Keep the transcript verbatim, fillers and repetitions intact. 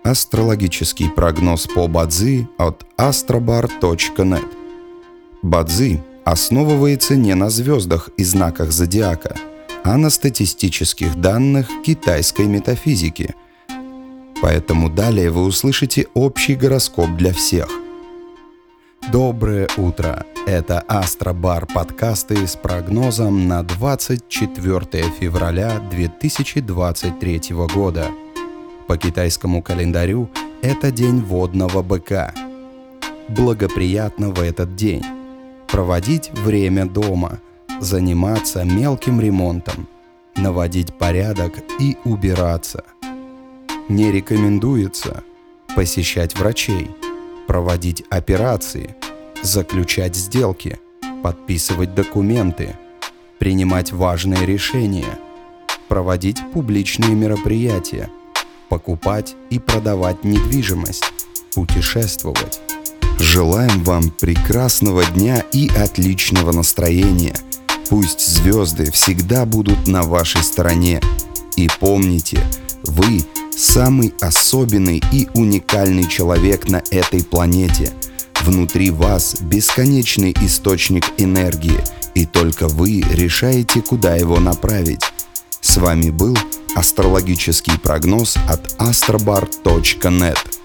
Астрологический прогноз по Бадзи от астробар точка нет. Бадзи основывается не на звездах и знаках зодиака, а на статистических данных китайской метафизики. Поэтому далее вы услышите общий гороскоп для всех. Доброе утро! Это Астробар подкасты с прогнозом на двадцать четвёртое февраля две тысячи двадцать третьего года. По китайскому календарю это день водного быка. Благоприятно в этот день проводить время дома, заниматься мелким ремонтом, наводить порядок и убираться. Не рекомендуется посещать врачей, проводить операции, заключать сделки, подписывать документы, принимать важные решения, проводить публичные мероприятия, покупать и продавать недвижимость, путешествовать. Желаем вам прекрасного дня и отличного настроения. Пусть звезды всегда будут на вашей стороне. И помните, вы самый особенный и уникальный человек на этой планете. Внутри вас бесконечный источник энергии, и только вы решаете, куда его направить. С вами был астрологический прогноз от астробар точка нет.